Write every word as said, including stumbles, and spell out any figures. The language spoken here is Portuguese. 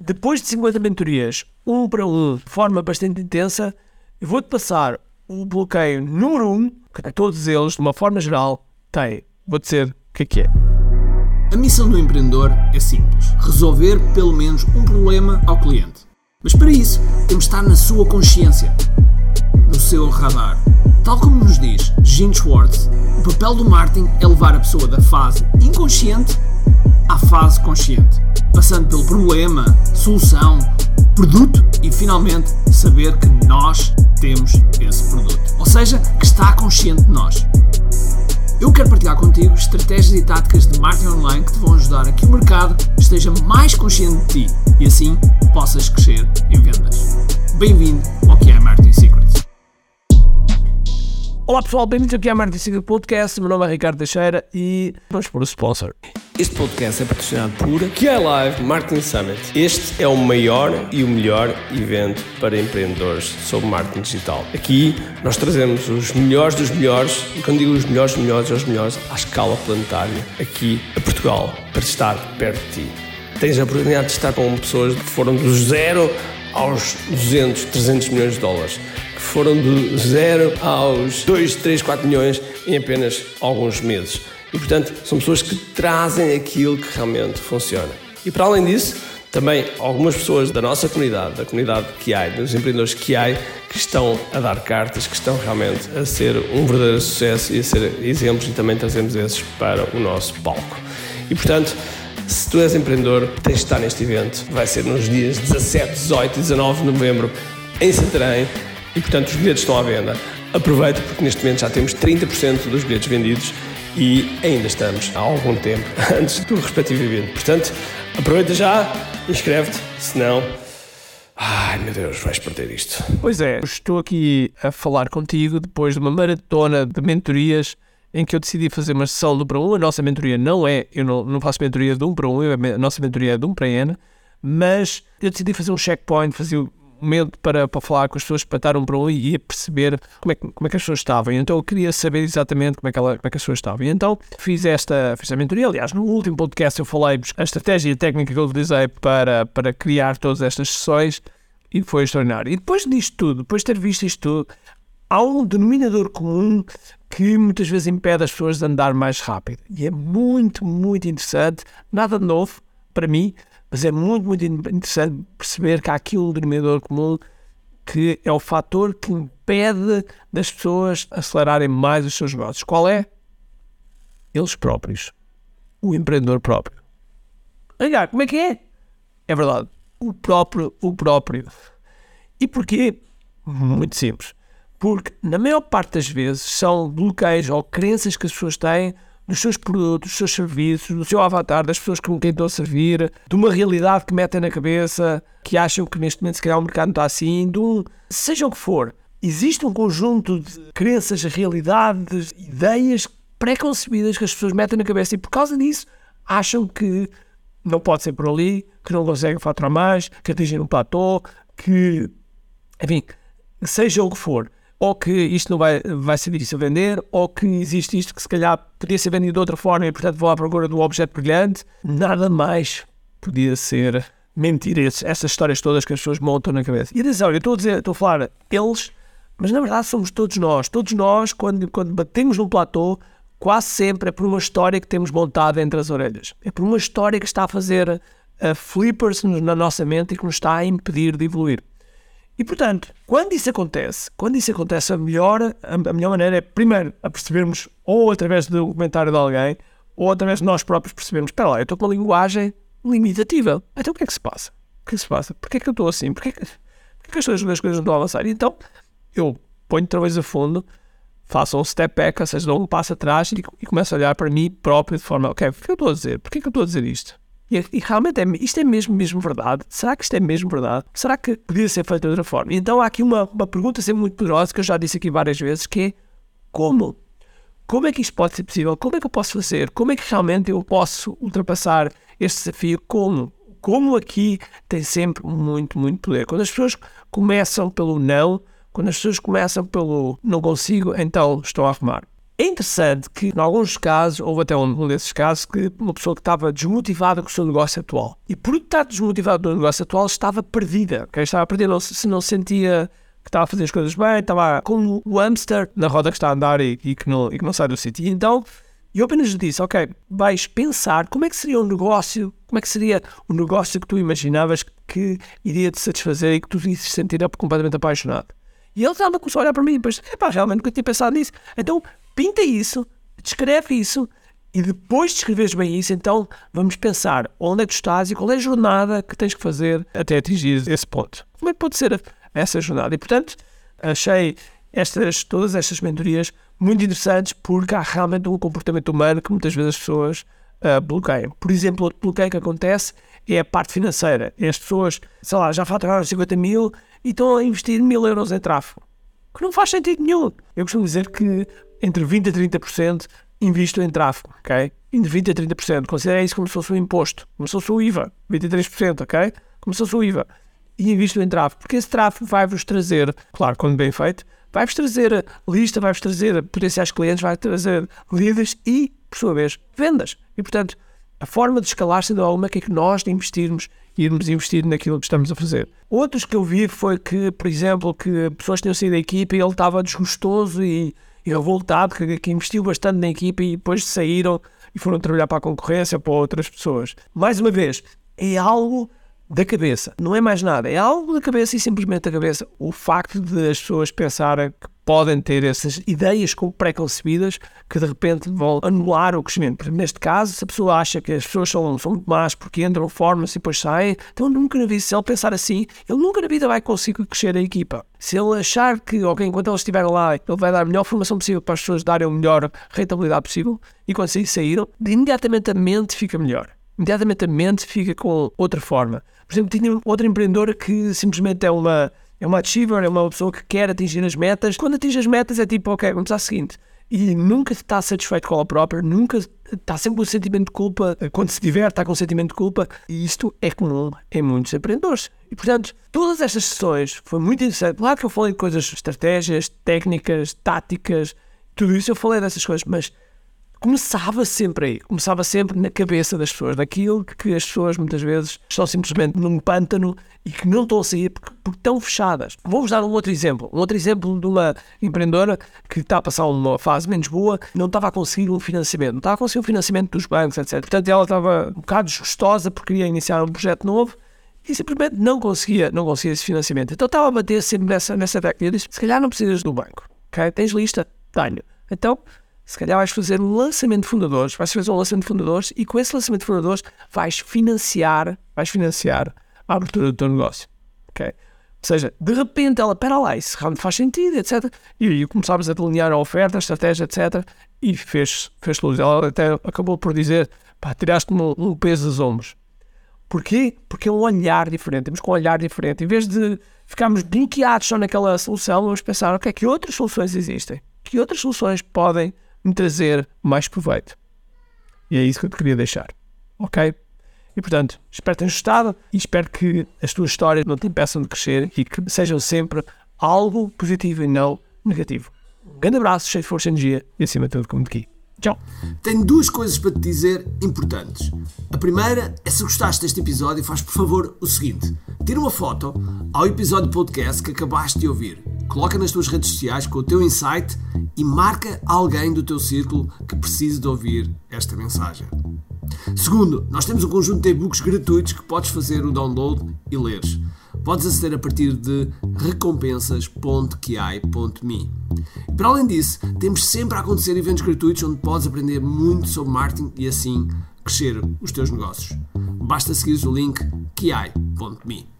depois de cinquenta mentorias, um para um, de forma bastante intensa, eu vou-te passar o bloqueio número um, que todos eles, de uma forma geral, têm. Vou dizer o que é que é. A missão do empreendedor é simples: resolver pelo menos um problema ao cliente. Mas para isso, temos de estar na sua consciência, no seu radar. Tal como nos diz Gene Schwartz, o papel do marketing é levar a pessoa da fase inconsciente à fase consciente, passando pelo problema, solução, produto e finalmente saber que nós temos esse produto. Ou seja, que está consciente de nós. Eu quero partilhar contigo estratégias e táticas de marketing online que te vão ajudar a que o mercado esteja mais consciente de ti e assim possas crescer em vendas. Bem-vindo ao que é Marketing Secrets. Olá pessoal, bem-vindos aqui ao Marketing Secrets Podcast. Meu nome é Ricardo Teixeira e vamos por o sponsor. Este podcast é patrocinado por Q I Live Marketing Summit. Este é o maior e o melhor evento para empreendedores sobre marketing digital. Aqui nós trazemos os melhores dos melhores, e quando digo os melhores dos melhores, é os melhores à escala planetária, aqui a Portugal, para estar perto de ti. Tens a oportunidade de estar com pessoas que foram do zero aos duzentos, trezentos milhões de dólares, que foram do zero aos dois, três, quatro milhões em apenas alguns meses. E, portanto, são pessoas que trazem aquilo que realmente funciona. E, para além disso, também algumas pessoas da nossa comunidade, da comunidade Q I, dos empreendedores Q I, que estão a dar cartas, que estão realmente a ser um verdadeiro sucesso e a ser exemplos, e também trazemos esses para o nosso palco. E, portanto, se tu és empreendedor, tens de estar neste evento. Vai ser nos dias dezassete, dezoito e dezanove de novembro em Santarém e, portanto, os bilhetes estão à venda. Aproveita, porque neste momento já temos trinta por cento dos bilhetes vendidos e ainda estamos há algum tempo antes do respectivo evento. Portanto, aproveita já, inscreve-te, senão, ai meu Deus, vais perder isto. Pois é, estou aqui a falar contigo depois de uma maratona de mentorias em que eu decidi fazer uma sessão do para um. A nossa mentoria não é, eu não, não faço mentoria de um para um, a nossa mentoria é de um para N, mas eu decidi fazer um checkpoint, fazer um momento para, para falar com as pessoas, para estar um para um e ia perceber como é, que, como é que as pessoas estavam. Então eu queria saber exatamente como é que, ela, como é que as pessoas estavam. E então fiz esta, fiz esta mentoria. Aliás, no último podcast eu falei-vos a estratégia e a técnica que eu utilizei para, para criar todas estas sessões e foi extraordinário. E depois disto tudo, depois de ter visto isto tudo, há um denominador comum que muitas vezes impede as pessoas de andar mais rápido. E é muito, muito interessante, nada de novo para mim, mas é muito, muito interessante perceber que há aqui um denominador comum que é o fator que impede das pessoas acelerarem mais os seus negócios. Qual é? Eles próprios. O empreendedor próprio. Olha, como é que é? É verdade. O próprio, o próprio. E porquê? Muito simples. Porque, na maior parte das vezes, são bloqueios ou crenças que as pessoas têm nos seus produtos, dos seus serviços, do seu avatar, das pessoas com quem estão a servir, de uma realidade que metem na cabeça, que acham que neste momento se calhar o mercado não está assim, de um, seja o que for. Existe um conjunto de crenças, realidades, ideias pré-concebidas que as pessoas metem na cabeça e, por causa disso, acham que não pode ser por ali, que não conseguem faturar mais, que atingem um platô, que, enfim, seja o que for. Ou que isto não vai, vai ser difícil vender, ou que existe isto que se calhar podia ser vendido de outra forma e portanto vou à procura do objeto brilhante. Nada mais podia ser mentira, essas histórias todas que as pessoas montam na cabeça. E atenção, eu estou a dizer, estou a falar eles, mas na verdade somos todos nós. Todos nós, quando, quando batemos num platô, quase sempre é por uma história que temos montada entre as orelhas. É por uma história que está a fazer uh, flippers na nossa mente e que nos está a impedir de evoluir. E, portanto, quando isso acontece, quando isso acontece, a melhor, a melhor maneira é, primeiro, a percebermos, ou através do comentário de alguém, ou através de nós próprios percebermos, espera lá, eu estou com uma linguagem limitativa. Então, o que é que se passa? O que é que se passa? Porquê é que eu estou assim? Porquê é que, porquê que as coisas, as coisas não estão a avançar? E então, eu ponho outra vez a fundo, faço um step back, ou seja, dou um passo atrás e, e começo a olhar para mim próprio de forma, ok, o que é que eu estou a dizer? Porquê é que eu estou a dizer isto? E, e realmente é, isto é mesmo, mesmo verdade? Será que isto é mesmo verdade? Será que podia ser feito de outra forma? E então há aqui uma, uma pergunta sempre muito poderosa que eu já disse aqui várias vezes, que é como? Como é que isto pode ser possível? Como é que eu posso fazer? Como é que realmente eu posso ultrapassar este desafio? Como? Como aqui tem sempre muito, muito poder. Quando as pessoas começam pelo não, quando as pessoas começam pelo não consigo, então estão a arrumar. É interessante que, em alguns casos, houve até um, um desses casos, que uma pessoa que estava desmotivada com o seu negócio atual. E por estar desmotivada do negócio atual, estava perdida. Okay? Estava perdida, não, se não sentia que estava a fazer as coisas bem, estava como o hamster na roda que está a andar e, e, que, não, e que não sai do sítio. Então, eu apenas lhe disse, ok, vais pensar como é que seria um negócio, como é que seria o negócio que tu imaginavas que iria te satisfazer e que tu te sentiria completamente apaixonado. E ele estava começou a olhar para mim e depois, epá, realmente nunca tinha pensado nisso. Então, pinta isso, descreve isso e depois de escreveres bem isso, então vamos pensar onde é que tu estás e qual é a jornada que tens que fazer até atingir esse ponto. Como é que pode ser essa jornada? E, portanto, achei estas, todas estas mentorias muito interessantes porque há realmente um comportamento humano que muitas vezes as pessoas uh, bloqueiam. Por exemplo, outro bloqueio que acontece é a parte financeira. As pessoas, sei lá, já faturaram cinquenta mil e estão a investir mil euros em tráfego. Que não faz sentido nenhum. Eu costumo dizer que entre vinte a trinta por cento invisto em tráfego, ok? Entre vinte a trinta por cento. Considera isso como se fosse um imposto, como se fosse o I V A. vinte e três por cento, ok? Como se fosse o I V A. E invisto em tráfego. Porque esse tráfego vai-vos trazer, claro, quando bem feito, vai-vos trazer lista, vai-vos trazer potenciais clientes, vai trazer leads e, por sua vez, vendas. E, portanto, a forma de escalar, sendo alguma, que é que nós investirmos e irmos investir naquilo que estamos a fazer. Outros que eu vi foi que, por exemplo, que pessoas tinham saído da equipa e ele estava desgostoso e, e revoltado, que, que investiu bastante na equipa e depois saíram e foram trabalhar para a concorrência ou para outras pessoas. Mais uma vez, é algo da cabeça, não é mais nada, é algo da cabeça e simplesmente da cabeça. O facto de as pessoas pensarem que podem ter essas ideias pré-concebidas que de repente vão anular o crescimento. Por exemplo, neste caso, se a pessoa acha que as pessoas são, são muito más porque entram, formam-se e depois saem, então nunca na vida, se ele pensar assim, ele nunca na vida vai conseguir crescer a equipa. Se ele achar que, ok, enquanto eles estiverem lá, ele vai dar a melhor formação possível para as pessoas darem a melhor rentabilidade possível e quando saíram, imediatamente a mente fica melhor. Imediatamente a mente fica com outra forma. Por exemplo, tinha outra empreendedora que simplesmente é uma, é uma achiever, é uma pessoa que quer atingir as metas. Quando atinge as metas é tipo, ok, vamos à seguinte. E nunca está satisfeito com ela própria, nunca está sempre com um sentimento de culpa. Quando se diverte, está com um sentimento de culpa. E isto é comum em muitos empreendedores. E, portanto, todas estas sessões foi muito interessante. Claro que eu falei de coisas, estratégias, técnicas, táticas, tudo isso eu falei dessas coisas, mas começava sempre aí, começava sempre na cabeça das pessoas, daquilo que as pessoas muitas vezes estão simplesmente num pântano e que não estão a sair porque, porque estão fechadas. Vou-vos dar um outro exemplo, um outro exemplo de uma empreendedora que está a passar uma fase menos boa, não estava a conseguir um financiamento, não estava a conseguir um financiamento dos bancos, etcétera. Portanto, ela estava um bocado desgostosa porque queria iniciar um projeto novo e simplesmente não conseguia, não conseguia esse financiamento. Então estava a bater sempre nessa, nessa tecla. Eu disse, se calhar não precisas do banco, ok? Tens lista? Tenho. Então, se calhar vais fazer um lançamento de fundadores, vais fazer um lançamento de fundadores e com esse lançamento de fundadores vais financiar, vais financiar a abertura do teu negócio, ok? Ou seja, de repente ela, pera lá, isso realmente faz sentido, etcétera. E aí começámos a delinear a oferta, a estratégia, etcétera. E fez, fez luz. Ela até acabou por dizer, pá, tiraste-me um, um peso dos ombros. Porquê? Porque é um olhar diferente, temos com um olhar diferente. Em vez de ficarmos bloqueados só naquela solução, vamos pensar, ok, que outras soluções existem? Que outras soluções podem me trazer mais proveito? E é isso que eu te queria deixar, ok? E portanto, espero que tenhas gostado e espero que as tuas histórias não te impeçam de crescer e que sejam sempre algo positivo e não negativo. Um grande abraço, cheio de força e energia e acima de tudo, como de aqui. Tchau! Tenho duas coisas para te dizer importantes. A primeira é, se gostaste deste episódio, faz por favor o seguinte: tira uma foto ao episódio podcast que acabaste de ouvir, coloca nas tuas redes sociais com o teu insight e marca alguém do teu círculo que precise de ouvir esta mensagem. Segundo, nós temos um conjunto de e-books gratuitos que podes fazer o download e leres. Podes aceder a partir de recompensas ponto kiai ponto me. Para além disso, temos sempre a acontecer eventos gratuitos onde podes aprender muito sobre marketing e assim crescer os teus negócios. Basta seguir o link kiai ponto me.